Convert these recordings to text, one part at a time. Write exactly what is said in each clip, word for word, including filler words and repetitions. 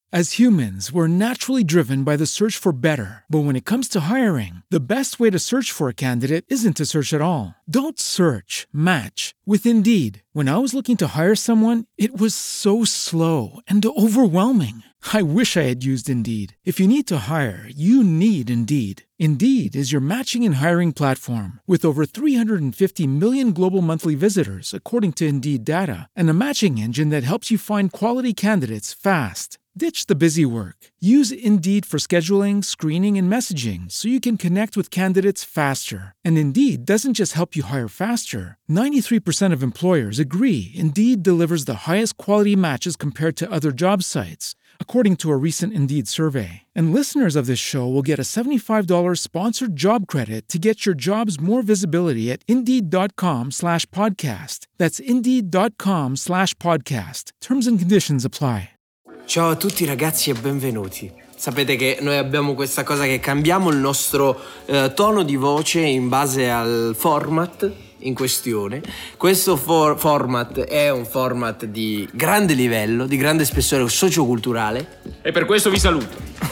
As humans, we're naturally driven by the search for better. But when it comes to hiring, the best way to search for a candidate isn't to search at all. Don't search, match with Indeed. When I was looking to hire someone, it was so slow and overwhelming. I wish I had used Indeed. If you need to hire, you need Indeed. Indeed is your matching and hiring platform with over three hundred fifty million global monthly visitors, according to Indeed data, and a matching engine that helps you find quality candidates fast. Ditch the busy work. Use Indeed for scheduling, screening, and messaging so you can connect with candidates faster. And Indeed doesn't just help you hire faster. ninety-three percent of employers agree Indeed delivers the highest quality matches compared to other job sites, according to a recent Indeed survey. And listeners of this show will get a seventy-five dollars sponsored job credit to get your jobs more visibility at Indeed.com slash podcast. That's Indeed.com slash podcast. Terms and conditions apply. Ciao a tutti ragazzi e benvenuti. Sapete che noi abbiamo questa cosa che cambiamo il nostro eh, tono di voce in base al format in questione. Questo for- format è un format di grande livello, di grande spessore socioculturale. E per questo vi saluto.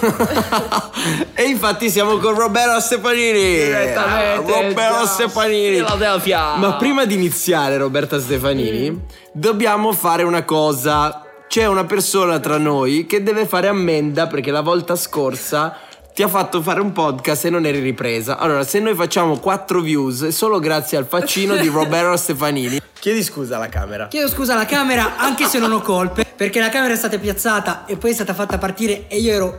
E infatti siamo con Roberto Stefanini. Direttamente Roberto da Stefanini. Philadelphia. Ma prima di iniziare, Roberta Stefanini, mm. dobbiamo fare una cosa. C'è una persona tra noi che deve fare ammenda perché la volta scorsa ti ha fatto fare un podcast e non eri ripresa. Allora, se noi facciamo quattro views è solo grazie al faccino di Roberto Stefanini. Chiedi scusa alla camera. Chiedo scusa alla camera anche se non ho colpe, perché la camera è stata piazzata e poi è stata fatta partire e io ero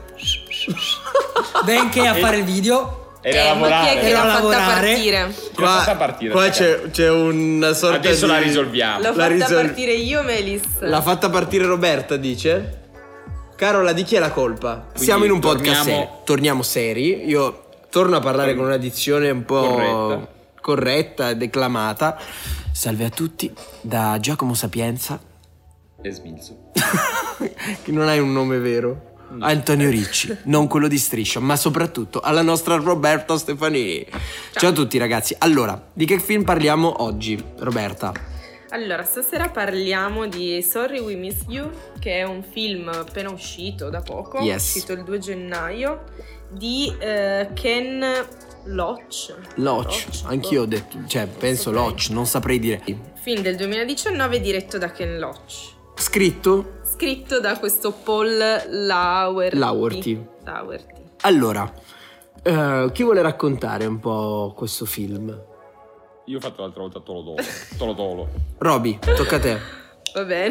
benché a fare il video. Era eh, lavorare. Ma chi è che Era l'ha fatta lavorare. partire? Qua, fatta partire, qua c'è, c'è una sorta Adesso di... la risolviamo. L'ho La fatta risol- partire io, Melis. L'ha fatta partire Roberta, dice. Carola, di chi è la colpa? Quindi Siamo in un podcast torniamo- serio. Torniamo seri. Io torno a parlare con una dizione un po' Corretta. corretta e declamata. Salve a tutti, da Giacomo Sapienza. E smilzo. Che non hai un nome vero. Antonio Ricci, non quello di Striscia, ma soprattutto alla nostra Roberta Stefanini. Ciao. Ciao a tutti ragazzi. Allora, di che film parliamo oggi, Roberta? Allora, stasera parliamo di Sorry We Miss You, che è un film appena uscito da poco, Yes. uscito il due gennaio, di eh, Ken Loach. Loach, anch'io ho detto, cioè penso saprei. Loach, non saprei dire. Film del duemiladiciannove diretto da Ken Loach. Scritto? Scritto da questo Paul Lauerti. Lauerti. Lauerti. Allora, eh, chi vuole raccontare un po' questo film? Io ho fatto l'altra volta Tolo Tolo. Tolo Tolo. Roby, tocca a te. Va bene.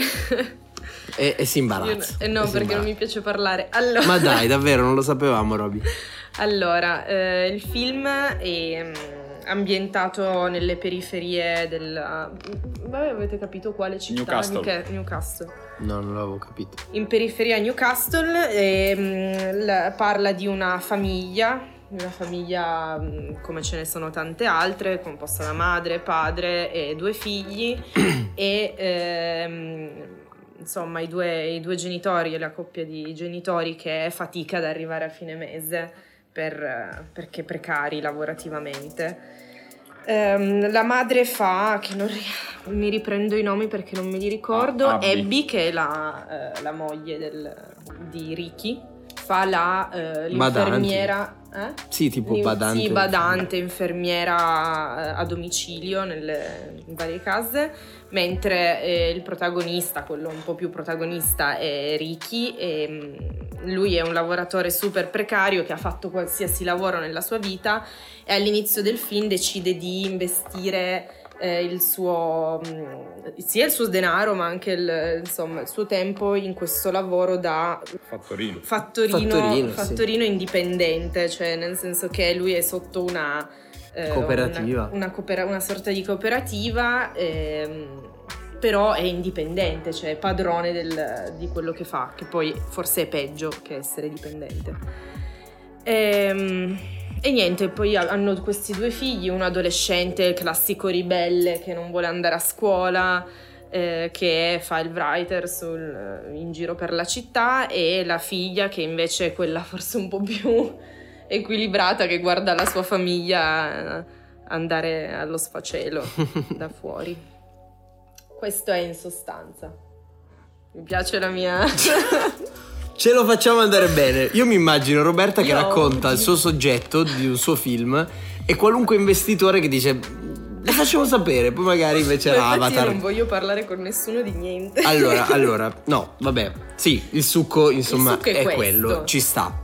E, e si Io imbarazza. no- eh no, E si perché non imbarazza. mi piace parlare. Allora, Ma dai, davvero, non lo sapevamo, Roby. allora eh, il film è mm, ambientato nelle periferie della... Vabbè, avete capito quale città? Newcastle. Newca- Newcastle. No, non l'avevo capito. In periferia Newcastle e, mm, la- parla di una famiglia, una famiglia mm, come ce ne sono tante altre, composta da madre, padre e due figli e ehm, insomma i due, i due genitori e la coppia di genitori che fatica ad arrivare a fine mese per, perché precari lavorativamente. Ehm, la madre fa, che non ri- mi riprendo i nomi perché non me li ricordo, Ah, Abby. Abby, che è la, eh, la moglie del, di Ricky, fa la eh, l'infermiera, eh? Sì, tipo Sì, badante. Sì, badante, infermiera eh, a domicilio nelle in varie case, mentre eh, il protagonista, quello un po' più protagonista, è Ricky e mh, lui è un lavoratore super precario che ha fatto qualsiasi lavoro nella sua vita e all'inizio del film decide di investire eh, il suo mh, sia il suo denaro ma anche il, insomma, il suo tempo in questo lavoro da Fattorino. fattorino, Fattorino, fattorino indipendente, cioè nel senso che lui è sotto una eh, Cooperativa. una, una, coopera- una sorta di cooperativa, ehm, però è indipendente, cioè è padrone del- di quello che fa, che poi forse è peggio che essere dipendente. Ehm, E niente, poi ha- hanno questi due figli, un adolescente, il classico ribelle che non vuole andare a scuola, eh, che fa il writer sul- in giro per la città, e la figlia che invece è quella forse un po' più equilibrata, che guarda la sua famiglia eh, andare allo sfacelo da fuori. Questo è in sostanza. Mi piace la mia... Ce lo facciamo andare bene. Io mi immagino Roberta che Io- racconta il suo soggetto di un suo film e qualunque investitore che dice le facciamo sapere, poi magari invece Ma era infatti io Avatar. non voglio parlare con nessuno di niente. Allora, allora, no, vabbè, sì, il succo insomma Il succo è questo. quello, ci sta.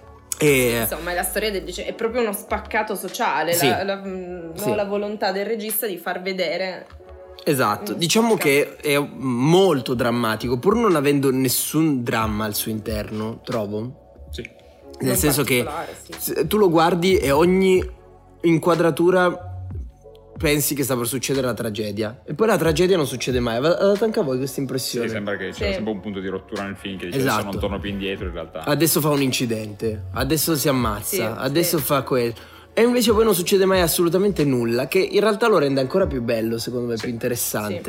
E Insomma, è la storia del cioè, è proprio uno spaccato sociale, Sì. la, la- no, Sì. la volontà del regista di far vedere. esatto, Mm, diciamo spaccato. che è molto drammatico, pur non avendo nessun dramma al suo interno, trovo. Sì. Nel Non senso che particolare, sì. se tu lo guardi e ogni inquadratura pensi che sta per succedere la tragedia e poi la tragedia non succede mai. Ha dato anche a voi questa Sì, impressione? sembra che c'è Sì. sempre un punto di rottura nel film che dice Esatto. adesso non torno più indietro in realtà. Adesso fa un incidente, adesso si ammazza, Sì, adesso sì. fa quello. E invece poi non succede mai assolutamente nulla, che in realtà lo rende ancora più bello, secondo me, più interessante.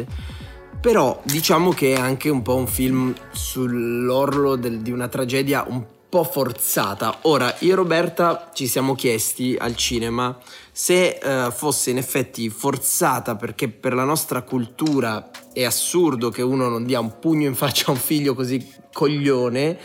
Però diciamo che è anche un po' un film sull'orlo del- di una tragedia un po' forzata. Ora, io e Roberta ci siamo chiesti al cinema se eh, fosse in effetti forzata, perché per la nostra cultura è assurdo che uno non dia un pugno in faccia a un figlio così coglione.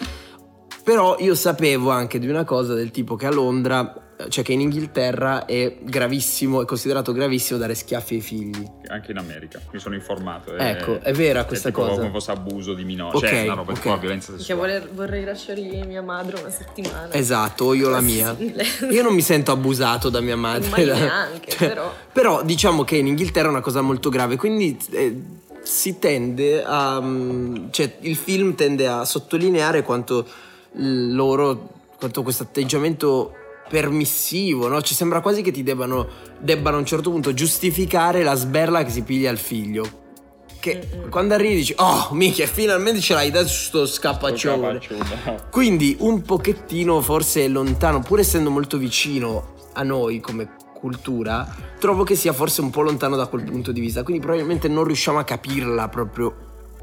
Però io sapevo anche di una cosa del tipo che a Londra, cioè che in Inghilterra è gravissimo, è considerato gravissimo dare schiaffi ai figli. Anche in America, mi sono informato. Ecco, è vera questa tipo cosa. come fosse abuso di minore, Ok, cioè una roba ok. qua, violenza Perché sessuale. voler- vorrei lasciare mia madre una settimana. Esatto, o io la mia. Io non mi sento abusato da mia madre. Ma io da- neanche, cioè, però. Però diciamo che in Inghilterra è una cosa molto grave, quindi eh, si tende a... mm, cioè il film tende a sottolineare quanto l- loro, quanto questo atteggiamento permissivo, no? Ci sembra quasi che ti debbano, debbano a un certo punto giustificare la sberla che si piglia al figlio. Che Mm-mm. quando arrivi dici, oh minchia, finalmente ce l'hai dato sto scappaccione. Scapaccione. Quindi un pochettino forse lontano, pur essendo molto vicino a noi come cultura, trovo che sia forse un po' lontano da quel punto di vista, quindi probabilmente non riusciamo a capirla proprio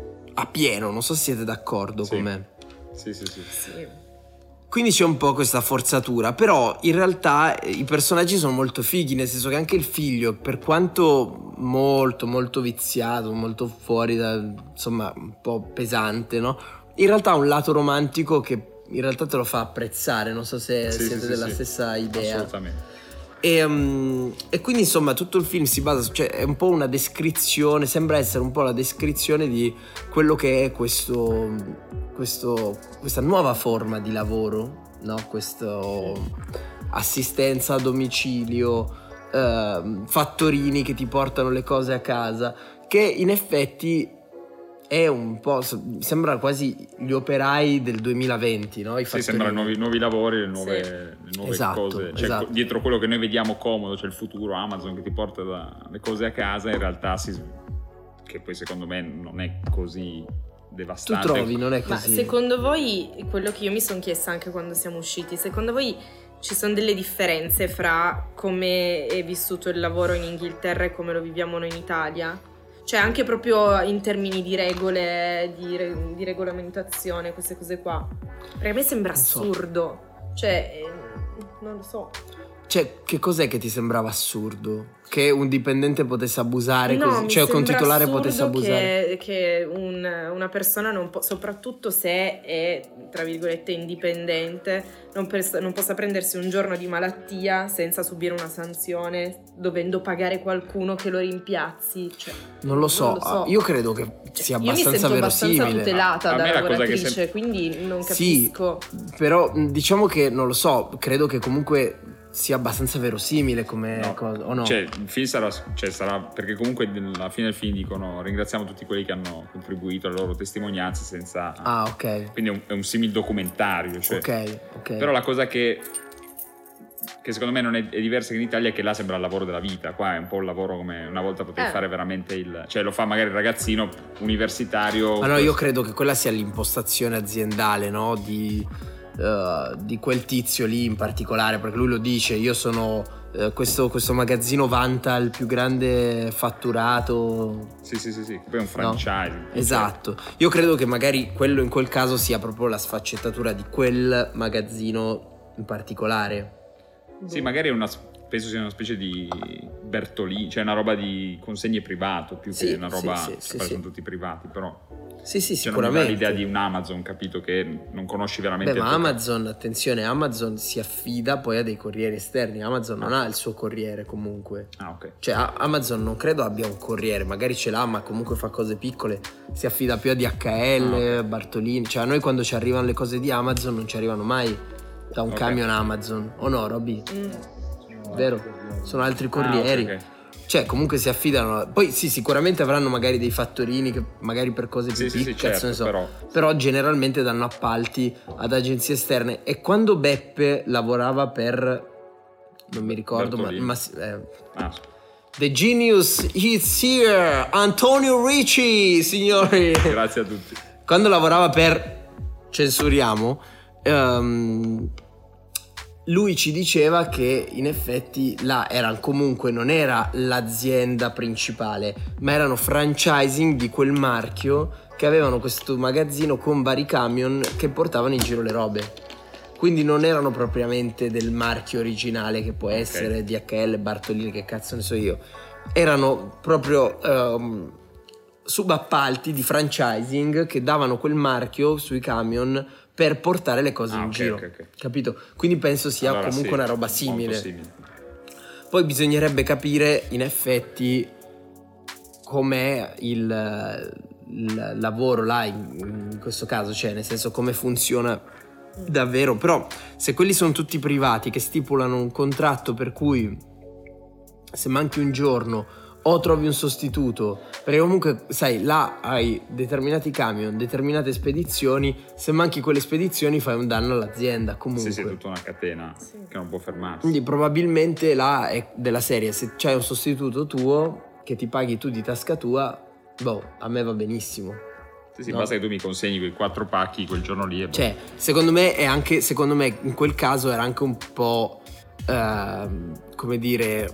a pieno, non so se siete d'accordo Sì. con me. Sì, sì, sì. Sì. Quindi c'è un po' questa forzatura, però in realtà eh, i personaggi sono molto fighi, nel senso che anche il figlio, per quanto molto molto viziato, molto fuori da, insomma, un po' pesante, no? In realtà ha un lato romantico che in realtà te lo fa apprezzare, non so se Sì, siete sì, sì, della sì. stessa idea. Assolutamente. E, um, e quindi insomma tutto il film si basa, cioè è un po' una descrizione, sembra essere un po' la descrizione di quello che è questo, questo questa nuova forma di lavoro, no? Questo assistenza a domicilio, ehm, fattorini che ti portano le cose a casa, che in effetti è un po', sembra quasi gli operai del duemilaventi, no? I Sì, fattorini. sembrano nuovi, nuovi lavori, le nuove, le nuove Esatto, cose. Cioè, esatto. dietro quello che noi vediamo comodo, c'è il futuro Amazon che ti porta da- le cose a casa, in realtà si, che poi secondo me non è così Tu devastante. trovi, non è Ma così? secondo voi, quello che io mi sono chiesta anche quando siamo usciti, secondo voi ci sono delle differenze fra come è vissuto il lavoro in Inghilterra e come lo viviamo noi in Italia? Cioè anche proprio in termini di regole, di, re- di regolamentazione, queste cose qua. Perché a me sembra Non so. assurdo. Cioè, eh, non lo so. Cioè, che cos'è che ti sembrava assurdo? Che un dipendente potesse abusare No, così? mi Cioè, che un sembra titolare assurdo potesse abusare? Che, che un- una persona non può, soprattutto se è, tra virgolette, indipendente, non, pers- non possa prendersi un giorno di malattia senza subire una sanzione, dovendo pagare qualcuno che lo rimpiazzi. Cioè, Non lo so, non lo so. io credo che sia io mi abbastanza sento abbastanza verosimile. tutelata A me da la cosa che lavoratrice, sem- quindi non Sì. capisco. Però mh, diciamo che, non lo so, credo che comunque sia abbastanza verosimile come No. cosa, o no? Cioè, il film sarà, cioè, sarà perché comunque alla fine del film dicono ringraziamo tutti quelli che hanno contribuito alle loro testimonianze senza... Ah, ok, Quindi è un, è un simil documentario. Cioè. ok, ok. Però la cosa che, che secondo me non è, è diversa che in Italia è che là sembra il lavoro della vita. Qua è un po' un lavoro come una volta potevi Eh. fare veramente il... Cioè lo fa magari il ragazzino universitario. Ma no, io credo che quella sia l'impostazione aziendale, no? Di, eh, di quel tizio lì in particolare, perché lui lo dice, io sono... eh, questo, questo magazzino vanta il più grande fatturato. Sì, sì, sì, sì. Poi è un franchise. Esatto. Io credo che magari quello in quel caso sia proprio la sfaccettatura di quel magazzino in particolare. Sì, magari è una, penso sia una specie di, Bertolini, cioè una roba di consegne privato più Sì, che una roba, sì, sì, cioè, sì, poi sì. sono tutti privati, però Sì, sì, cioè, non mi dà sicuramente. l'idea di un Amazon, capito, che non conosci veramente. Beh, il ma tuo Amazon, attenzione, Amazon si affida poi a dei corrieri esterni. Amazon non ha il suo corriere comunque. ca- Ah, ok. Cioè a- Amazon non credo abbia un corriere, magari ce l'ha, ma comunque fa cose piccole. Si affida più a D H L, Ah, ok. Bartolini. Cioè a noi quando ci arrivano le cose di Amazon non ci arrivano mai da un Ok. camion Amazon. O no, Robby? Mm. Vero? Sono altri corrieri. Ah, ok, ok. Cioè comunque si affidano. Poi sì, sicuramente avranno magari dei fattorini che magari per cose più Sì, sì, sì, piccole, cazzo ne so. certo, però Però generalmente danno appalti ad agenzie esterne. E quando Beppe lavorava per, non mi ricordo, ma, Bertolini. ma eh, ah, The Genius is here, Antonio Ricci, signori. grazie a tutti. Quando lavorava per Censuriamo, ehm, lui ci diceva che in effetti là era comunque non era l'azienda principale, ma erano franchising di quel marchio che avevano questo magazzino con vari camion che portavano in giro le robe. Quindi non erano propriamente del marchio originale che può essere D H L, Bartolini, che cazzo ne so io. Erano proprio ehm, subappalti di franchising che davano quel marchio sui camion per portare le cose Ah, in ok, giro. ok, ok. Capito? Quindi penso sia Allora, comunque sì, una roba molto simile. simile. Poi bisognerebbe capire in effetti com'è il, il lavoro là in, in questo caso, cioè nel senso come funziona davvero. Però se quelli sono tutti privati che stipulano un contratto per cui se manchi un giorno o trovi un sostituto, perché comunque sai là hai determinati camion, determinate spedizioni, se manchi quelle spedizioni fai un danno all'azienda comunque. Sì, sì, è tutta una catena Sì. che non può fermarsi. Quindi probabilmente là è della serie, se c'hai un sostituto tuo che ti paghi tu di tasca tua, boh, a me va benissimo. Sì, sì, no. basta che tu mi consegni quei quattro pacchi quel giorno lì e boh. Cioè, secondo me è anche, secondo me in quel caso era anche un po', ehm, come dire,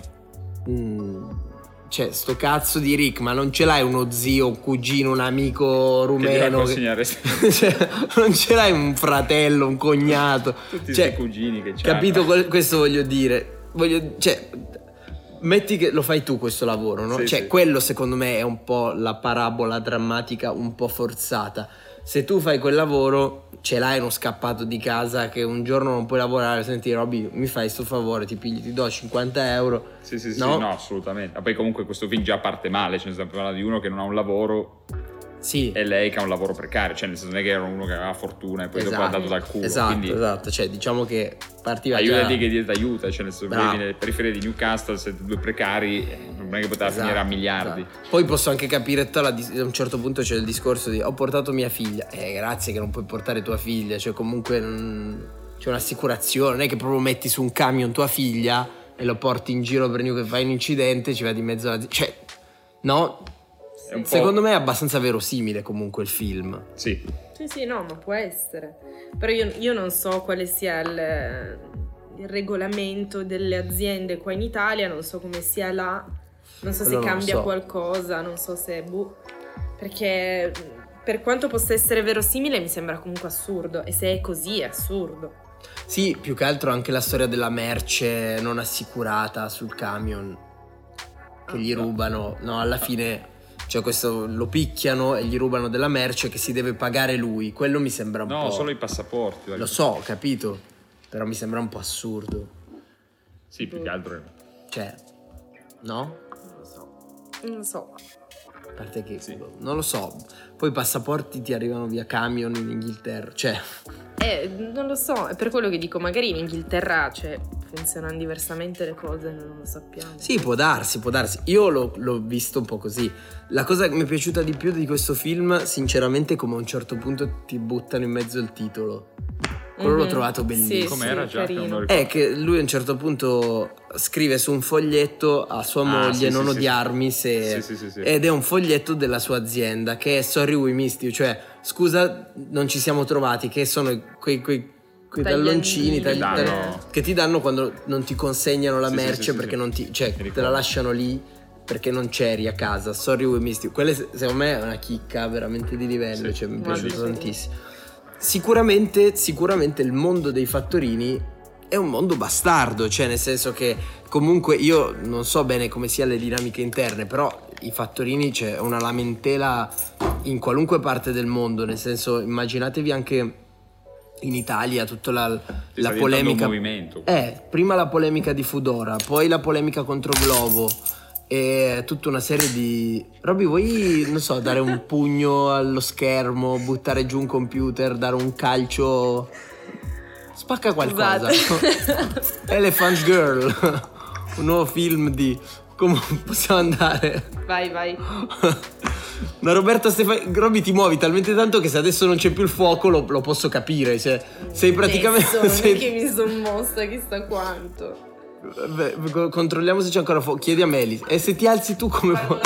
mm, cioè sto cazzo di Rick, ma non ce l'hai uno zio, un cugino, un amico Che gliela rumeno? consegnare Cioè, non ce l'hai un fratello, un cognato? tutti Cioè, questi cugini che c'hanno. capito quel- questo voglio dire? Voglio, cioè, metti che lo fai tu questo lavoro, no? Sì, Cioè, sì. quello secondo me è un po' la parabola drammatica un po' forzata. Se tu fai quel lavoro, ce l'hai uno scappato di casa che un giorno non puoi lavorare, senti Robby, mi fai sto favore, ti pigli, ti do cinquanta euro. Sì, sì, sì, No? no, assolutamente. Ma poi comunque questo film già parte male, cioè stiamo parlando di uno che non ha un lavoro Sì. e lei che ha un lavoro precario, cioè nel senso non è che era uno che aveva fortuna e poi dopo è andato dal culo, esatto, quindi esatto, cioè diciamo che partiva aiutati già... che Dio ti aiuta, cioè nel senso Bravo. vivi nelle periferie di Newcastle, siete due precari, eh, non è che poteva Esatto, finire a miliardi. esatto. Poi posso anche capire tutta la dis- a un certo punto c'è il discorso di ho portato mia figlia, eh grazie che non puoi portare tua figlia, cioè comunque non... c'è un'assicurazione, non è che proprio metti su un camion tua figlia e lo porti in giro per che fai un incidente, ci vai di mezzo alla... cioè no, È un po'- secondo me è abbastanza verosimile comunque il film. Sì, Sì, sì, no, ma può essere. Però io, io non so quale sia il, il regolamento delle aziende qua in Italia, non so come sia là, non so Quello se non cambia so. qualcosa, non so se... Boh, perché per quanto possa essere verosimile mi sembra comunque assurdo, e se è così è assurdo. Sì, più che altro anche la storia della merce non assicurata sul camion che gli rubano, no, alla fine cioè questo lo picchiano e gli rubano della merce che si deve pagare lui, quello mi sembra un no, po'... solo i passaporti. dai. Lo so, ho capito, però mi sembra un po' assurdo, Sì, più che altro. cioè, no? Non lo so. Non lo so. A parte che, Sì. non lo so, poi i passaporti ti arrivano via camion in Inghilterra, cioè... Eh, non lo so, è per quello che dico, magari in Inghilterra, cioè, funzionano diversamente le cose, non lo sappiamo. Sì, può darsi, può darsi. Io l'ho, l'ho visto un po' così. La cosa che mi è piaciuta di più di questo film, sinceramente, è come a un certo punto ti buttano in mezzo il titolo. Quello l'ho Mhm. trovato bellissimo. Sì, Com'era sì, già? Che non carino. lo ricordo. È che lui a un certo punto scrive su un foglietto a sua Ah, moglie sì, non sì, sì, odiarmi se... Sì, sì, sì, sì. Ed è un foglietto della sua azienda che è sorry we missed you, cioè scusa non ci siamo trovati, che sono quei, quei, quei talloncini Tagliandini. tagli- Che danno- che ti danno quando non ti consegnano la Sì, sì, merce sì, sì, perché sì. non ti... cioè Mi te ricordo. la lasciano lì perché non c'eri a casa, sorry we missed you. Quelle se- secondo me è una chicca veramente di livello, Sì. cioè mi è Guarda, piaciuto sì. tantissimo. Sicuramente, sicuramente il mondo dei fattorini è un mondo bastardo, cioè nel senso che comunque io non so bene come siano le dinamiche interne, però i fattorini c'è una lamentela in qualunque parte del mondo, nel senso immaginatevi anche in Italia tutta la, la polemica, un movimento. Eh, prima la polemica di Foodora, poi la polemica contro Glovo e tutta una serie di Robby, vuoi non so dare un pugno allo schermo, buttare giù un computer, dare un calcio, spacca qualcosa. Elephant Girl, un nuovo film di come possiamo andare? Vai, vai. Ma Roberta Stefani, Robby, ti muovi talmente tanto che se adesso non c'è più il fuoco lo, lo posso capire, cioè sei praticamente adesso, sei... non è che mi sono mossa chissà quanto. Beh, controlliamo se c'è ancora fuoco. Chiedi a Melis. E se ti alzi tu come puoi?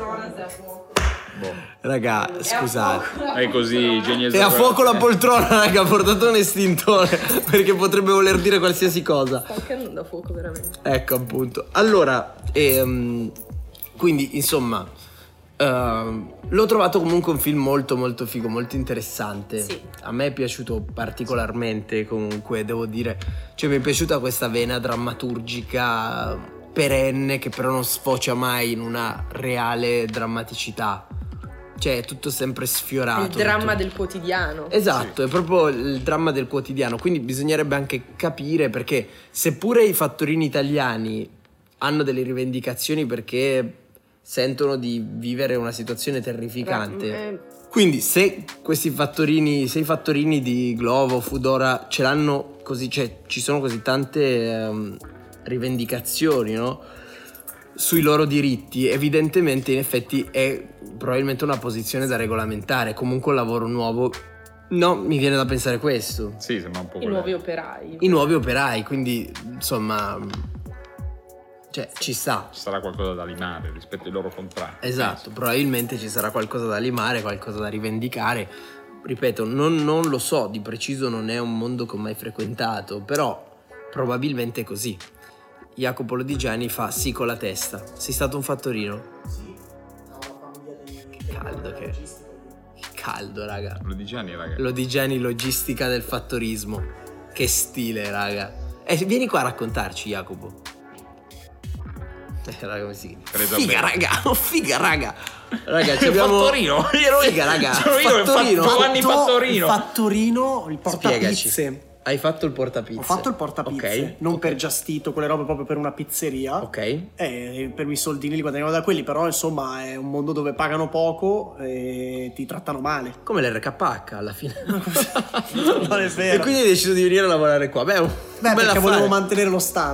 Raga, scusate. È così, geniale. È a fuoco la poltrona, raga, portate un estintore perché potrebbe voler dire qualsiasi cosa. Sta anche da fuoco veramente. Ecco appunto. Allora, ehm, quindi insomma, ehm, l'ho trovato comunque un film molto molto figo, molto interessante. Sì. A me è piaciuto particolarmente, comunque devo dire, cioè mi è piaciuta questa vena drammaturgica perenne che però non sfocia mai in una reale drammaticità. Cioè è tutto sempre sfiorato. Il dramma tutto. del quotidiano. Esatto, sì. È proprio il dramma del quotidiano. Quindi bisognerebbe anche capire perché, seppure i fattorini italiani hanno delle rivendicazioni perché sentono di vivere una situazione terrificante. Eh, Quindi se questi fattorini, se i fattorini di Glovo, Foodora ce l'hanno così, cioè ci sono così tante um, rivendicazioni, no? Sui loro diritti, evidentemente in effetti è probabilmente una posizione da regolamentare, comunque un lavoro nuovo. No, mi viene da pensare questo. Sì, sembra un po' I nuovi operai. I nuovi operai, quindi insomma, cioè ci sta. Ci sarà qualcosa da limare rispetto ai loro contratti. Esatto, probabilmente ci sarà qualcosa da limare, qualcosa da rivendicare. Ripeto, non, non lo so, di preciso non è un mondo che ho mai frequentato, però probabilmente è così. Jacopo Lodigiani fa sì con la testa. Sei stato un fattorino? Sì, da una famiglia di... Che caldo che è. Che caldo, raga. Lodigiani, raga. Lodigiani, logistica del fattorismo. Che stile, raga. Eh, vieni qua a raccontarci, Jacopo. Eh, raga, come si... Presa Figa, bene. raga. Oh, figa, raga. Raga, ci abbiamo... Fattorino. Figa, raga. Sono io il Fattorino. Giovanni Fattorino. Il fattorino, il Spiegaci. portapizze. Hai fatto il portapizze? Ho fatto il portapizze, Ok, non ok. per Giastito, quelle robe proprio per una pizzeria. Ok. E per i soldini li guadagnavo da quelli, però insomma è un mondo dove pagano poco e ti trattano male. Come l'R K H alla fine. Non è vero. E quindi hai deciso di venire a lavorare qua. Beh, un Beh, bel perché affare. volevo mantenere lo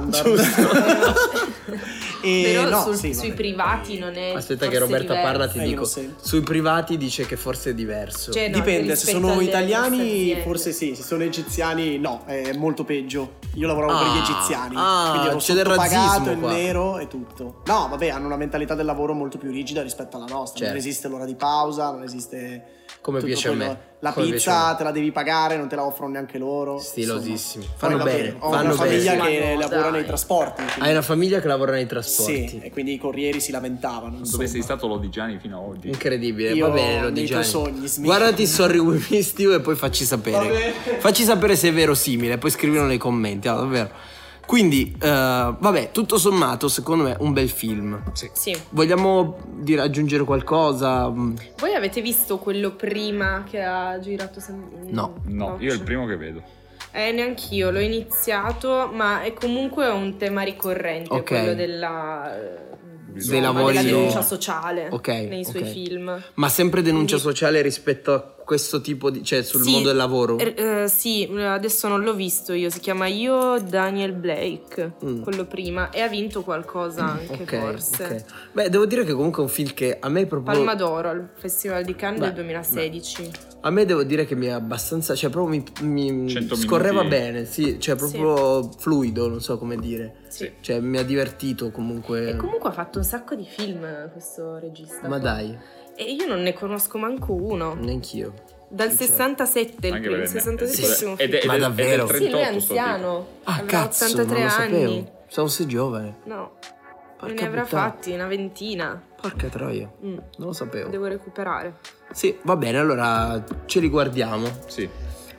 standard. E Però no, sul- sì, sui vabbè. privati non è. Aspetta che forse Roberta diverso. parla, ti Eh, io dico. lo sento. Sui privati dice che forse è diverso. Cioè, no, Dipende, se rispetto sono alle italiani nostre aziende. forse sì, se sono egiziani no, è molto peggio. Io lavoravo per Ah, gli egiziani, ah, quindi ero c'è del sottopagato razzismo in qua. nero e tutto. No, vabbè, hanno una mentalità del lavoro molto più rigida rispetto alla nostra. Certo. Non esiste l'ora di pausa, non esiste Come tutto piace a me. quello. La Come piace a pizza me. te la devi pagare, non te la offrono neanche loro. Stilosissimi. Insomma. Fanno Poi, vabbè, bene, Ho fanno una famiglia bene. che Ma no, lavora dai. nei trasporti. quindi- Hai una famiglia che lavora nei trasporti. Sì, e quindi i corrieri si lamentavano. Dove insomma. sei stato Lodigiani fino ad oggi? Incredibile, Io va bene, lo nei dici. tuoi sogni, Smith. Guardati Sorry We Missed You e poi facci sapere. Facci sapere se è verosimile, poi scrivilo nei commenti, ah, davvero. Quindi, eh, vabbè, tutto sommato, secondo me un bel film. Sì. Vogliamo dire, aggiungere qualcosa? Voi avete visto quello prima che ha girato Sam... No. No, io è il primo che vedo. Eh, neanch'io, l'ho iniziato, ma è comunque un tema ricorrente, Ok. quello della, eh, Dei insomma, lavori- della denuncia sociale Ok, nei suoi ok. film. Ma sempre denuncia Quindi- sociale rispetto a questo tipo di... cioè sul Sì, mondo del lavoro? er- eh, sì, adesso non l'ho visto io, si chiama Io Daniel Blake, Mm. quello prima, e ha vinto qualcosa anche Ok, forse. ok. Beh, devo dire che comunque è un film che a me è proprio... Palma d'Oro al Festival di Cannes Beh, del duemilasedici. A me devo dire che mi è abbastanza, cioè proprio mi, mi cento scorreva minuti. bene, sì, cioè proprio fluido, non so come dire. Sì. Cioè mi ha divertito comunque. E comunque ha fatto un sacco di film questo regista. Ma qua. dai, E io non ne conosco manco uno. neanch'io. Dal Cioè. sessantasette, il, Anche primo, il perché- sessantasettesimo ed è- film. ed è- Ma ed è davvero? del Sì, lui è trentotto sto tipo. anziano. Ah, avrà cazzo, ottantatré non lo sapevo. anni. Stavo sei giovane. No, Porca ne avrà puttana. fatti una ventina. Porca troia. Mm. Non lo sapevo. Devo recuperare. Sì, va bene, allora ce li guardiamo. Sì.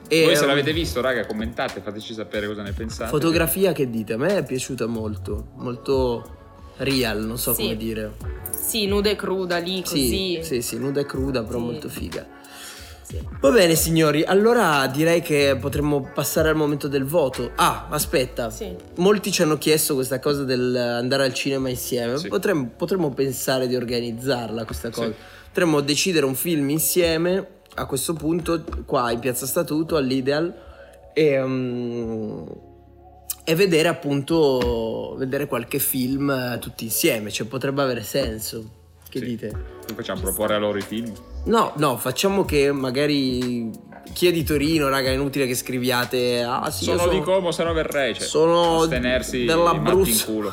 E, Voi se um, l'avete visto, raga, commentate, fateci sapere cosa ne pensate. Fotografia che dite? A me è piaciuta molto, molto real, non so Sì. come dire. Sì, nuda e cruda lì, così. Sì, sì, sì, nuda e cruda, però Sì. molto figa. Sì. Va bene signori, allora direi che potremmo passare al momento del voto. Ah, aspetta. Sì. Molti ci hanno chiesto questa cosa del andare al cinema insieme. Sì. Potremmo, potremmo pensare di organizzarla questa cosa. Sì. Potremmo decidere un film insieme a questo punto qua in Piazza Statuto all'Ideal e, um, e vedere appunto vedere qualche film eh, tutti insieme, cioè potrebbe avere senso. Che Sì. dite? Poi facciamo proporre a loro i film. No, no, facciamo che magari chi è di Torino, raga, è inutile che scriviate ah sì, io sono di Como, se no verrei, cioè, sono astenersi dell'Abruzzo. matti in culo.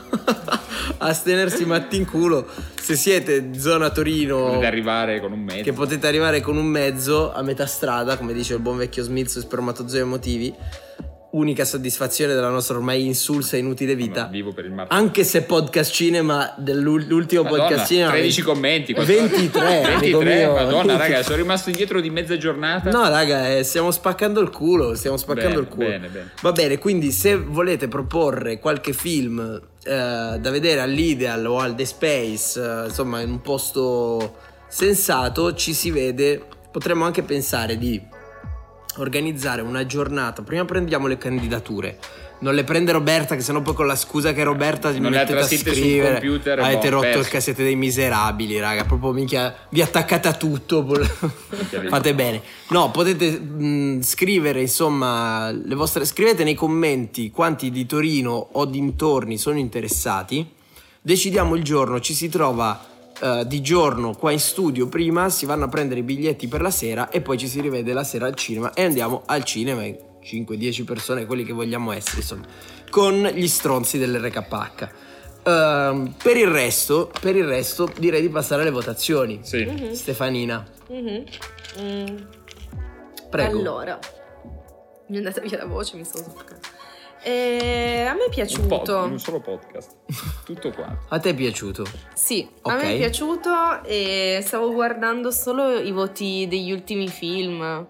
Astenersi matti in culo. Se siete zona Torino Potete arrivare con un mezzo. che potete arrivare con un mezzo a metà strada, come dice il buon vecchio Smith su Spermatozoi Emotivi, unica soddisfazione della nostra ormai insulsa e inutile vita. Ma vivo per il martedì. Anche se podcast cinema dell'ultimo Madonna, podcast cinema tredici commenti, quattordici. ventitré, amico ventitré, mio. madonna raga, sono rimasto indietro di mezza giornata. No raga, eh, stiamo spaccando il culo, stiamo spaccando Bene, il culo. bene, bene. Va bene, quindi se volete proporre qualche film eh, da vedere all'Ideal o al The Space, eh, insomma in un posto sensato, ci si vede. Potremmo anche pensare di organizzare una giornata. Prima prendiamo le candidature. Non le prende Roberta, che sennò poi con la scusa che Roberta mi Non le ha mettete a trascritte sul scrivere. computer, Avete boh, rotto il perso. cassette dei miserabili, raga. Proprio minchia, vi attaccate a tutto. Fate bene. No, potete mh, scrivere, insomma, le vostre. Scrivete nei commenti quanti di Torino o dintorni sono interessati. Decidiamo il giorno, ci si trova Uh, di giorno qua in studio prima, si vanno a prendere i biglietti per la sera e poi ci si rivede la sera al cinema e andiamo al cinema cinque dieci persone, quelli che vogliamo essere, insomma, con gli stronzi dell'R K H. Uh, per il resto per il resto direi di passare alle votazioni. Sì. Mhm. Stefanina, Mhm. Mm. prego. Allora, mi è andata via la voce, mi stavo toccando. Eh, a me è Un, pod, piaciuto. in un solo podcast. Tutto qua. A te è piaciuto? Sì, a Ok. me è piaciuto e stavo guardando solo i voti degli ultimi film.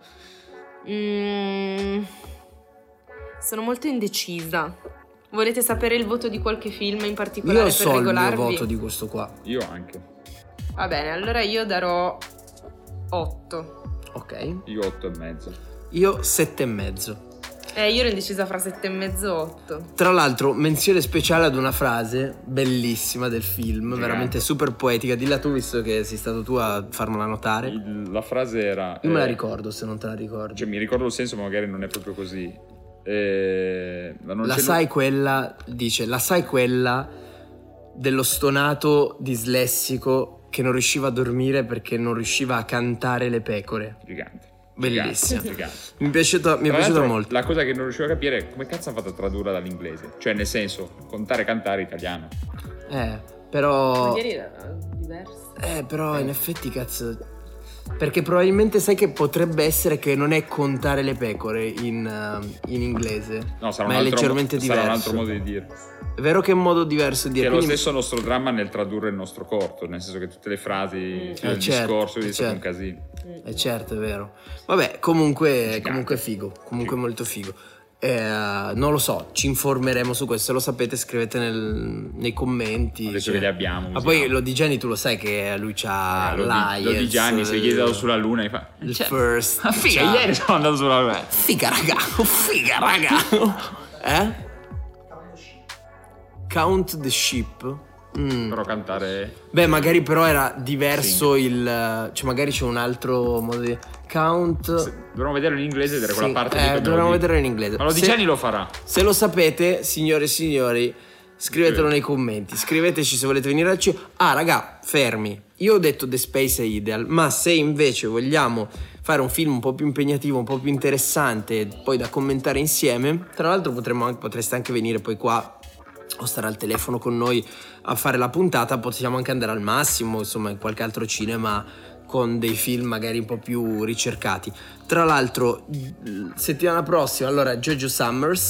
Mm, sono molto indecisa. Volete sapere il voto di qualche film in particolare Io per so il mio regolarvi? voto di questo qua. Io anche. Va bene, allora io darò otto. Ok. Io otto e mezzo. Io sette e mezzo. Eh, io ero indecisa fra sette e mezzo e otto. Tra l'altro, menzione speciale ad una frase bellissima del film, Gigante. veramente super poetica. Dilla tu, visto che sei stato tu a farmela notare. Il- la frase era... Io me la eh, ricordo, se non te la ricordi. Cioè mi ricordo il senso, ma magari non è proprio così. Eh, ma non la c'è sai nu- quella, dice, la sai quella dello stonato dislessico che non riusciva a dormire perché non riusciva a cantare le pecore. Gigante. Bellissima. Gigante, gigante. Mi è piaciuta, mi è Tra piaciuta l'altro, molto. La cosa che non riuscivo a capire è come cazzo hanno fatto a tradurla dall'inglese. Cioè nel senso, contare e cantare italiano. Eh, però... Magari era diverso. Eh, però in effetti, cazzo. Perché probabilmente sai che potrebbe essere che non è contare le pecore in, uh, in inglese. No, sarà ma un è altro, leggermente sarà un diverso. altro modo di dire. È vero che è un modo diverso di Che dire. è lo quindi- stesso nostro dramma nel tradurre il nostro corto, nel senso che tutte le frasi, il Eh, certo, discorso è eh, stato un certo. casino. Eh certo, è vero. Vabbè, comunque, Gigante. comunque figo. Comunque Sì. molto figo. Eh, non lo so, ci informeremo su questo. Se lo sapete, scrivete nel- nei commenti. Adesso cioè. che li abbiamo. Ma usiamo. poi lo di Gianni, tu lo sai che lui c'ha Ah, lo, di, l'I E L T S, lo di Gianni, si è chiesto sulla luna e fa... il Cioè, first. ma figa, c'ha- ieri sono andato sulla luna. Figa raga, figa raga. Eh? Count the Sheep. Mm. Però cantare... Beh, magari però era diverso il... Cioè magari c'è un altro modo di... Count... Se- Dovremmo vederlo in inglese e vedere Sì, quella parte eh, di come dovremmo lo dico. vederlo in inglese. Ma lo di Se- Gianni lo farà. Se lo sapete, signore e signori, scrivetelo Sì. nei commenti. Scriveteci se volete venire al cinema. Ah, raga, fermi. Io ho detto The Space è Ideal, ma se invece vogliamo fare un film un po' più impegnativo, un po' più interessante, poi da commentare insieme, tra l'altro potremmo anche, potreste anche venire poi qua o stare al telefono con noi a fare la puntata. Possiamo anche andare al Massimo, insomma, in qualche altro cinema con dei film magari un po' più ricercati. Tra l'altro, settimana prossima, allora, Jojo Summers,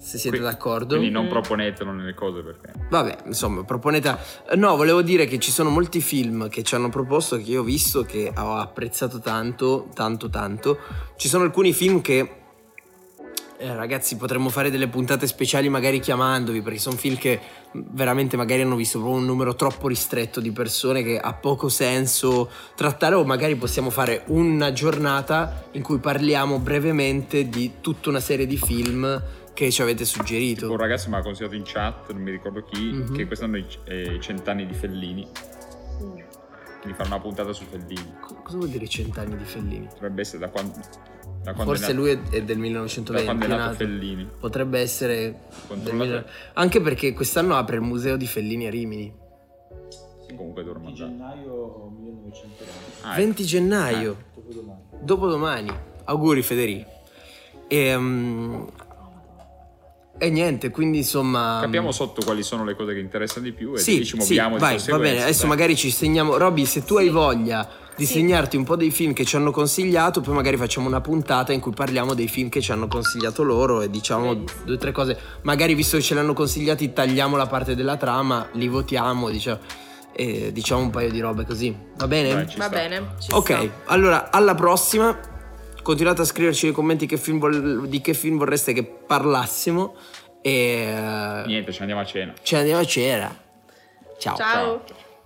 se siete Qui- d'accordo. Quindi non proponetelo nelle cose perché... Vabbè, insomma, proponete. No, volevo dire che ci sono molti film che ci hanno proposto, che io ho visto, che ho apprezzato tanto, tanto, tanto. Ci sono alcuni film che, eh, ragazzi, potremmo fare delle puntate speciali magari chiamandovi, perché sono film che veramente magari hanno visto proprio un numero troppo ristretto di persone che ha poco senso trattare, o magari possiamo fare una giornata in cui parliamo brevemente di tutta una serie di film che ci avete suggerito. Un ragazzo mi ha consigliato in chat, non mi ricordo chi, Mhm. che quest'anno è i cent'anni di Fellini. Quindi fare una puntata su Fellini. Co- Cosa vuol dire cent'anni di Fellini? Potrebbe essere da quando... Da quando Forse è nato, lui è, è del da millenovecentoventi. quando è nato nato. Fellini. Potrebbe essere del Controllate. mille- anche perché quest'anno apre il museo di Fellini a Rimini. Comunque dovremmo andare. gennaio millenovecento. Ah, ecco. venti gennaio, Dopodomani. dopodomani. Auguri Federico. E, mm, e niente, quindi insomma... Capiamo sotto quali sono le cose che interessano di più e Sì, ci sì, muoviamo di vai, va conseguenza. bene. Adesso dai. magari ci segniamo. Robby, se tu hai voglia di Sì. segnarti un po' dei film che ci hanno consigliato, poi magari facciamo una puntata in cui parliamo dei film che ci hanno consigliato loro e diciamo Benissimo. due o tre cose. Magari visto che ce l'hanno consigliati, tagliamo la parte della trama, li votiamo, diciamo, e diciamo un paio di robe così. Va bene? Dai, ci Va sta. bene, ci Ok, sta. allora alla prossima. Continuate a scriverci nei commenti che film vol- di che film vorreste che parlassimo. E eh, Niente, ci andiamo a cena. ci andiamo a cena. Ciao. Ciao.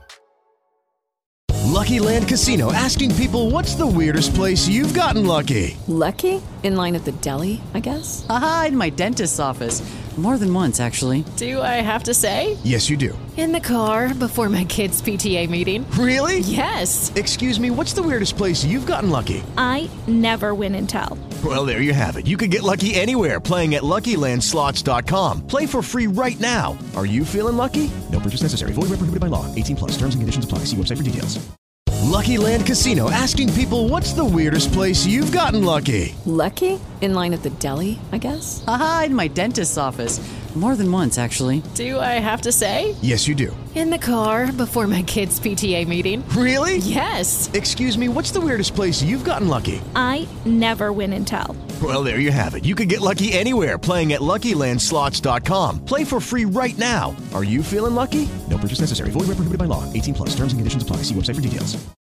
Lucky Land Casino, asking people, what's the weirdest place you've gotten lucky? Lucky? In line at the deli, I guess? Aha, in my dentist's office. More than once, actually. Do I have to say? Yes, you do. In the car before my kids' P T A meeting. Really? Yes. Excuse me, what's the weirdest place you've gotten lucky? I never win and tell. Well, there you have it. You can get lucky anywhere, playing at Lucky Land Slots dot com. Play for free right now. Are you feeling lucky? No purchase necessary. Void where prohibited by law. eighteen plus. Terms and conditions apply. See website for details. Lucky Land Casino, asking people, what's the weirdest place you've gotten lucky? Lucky? In line at the deli, I guess? Aha, in my dentist's office. More than once, actually. Do I have to say? Yes, you do. In the car before my kids' P T A meeting. Really? Yes. Excuse me, what's the weirdest place you've gotten lucky? I never win and tell. Well, there you have it. You can get lucky anywhere, playing at Lucky Land Slots dot com. Play for free right now. Are you feeling lucky? No purchase necessary. Void where prohibited by law. eighteen plus. Terms and conditions apply. See website for details.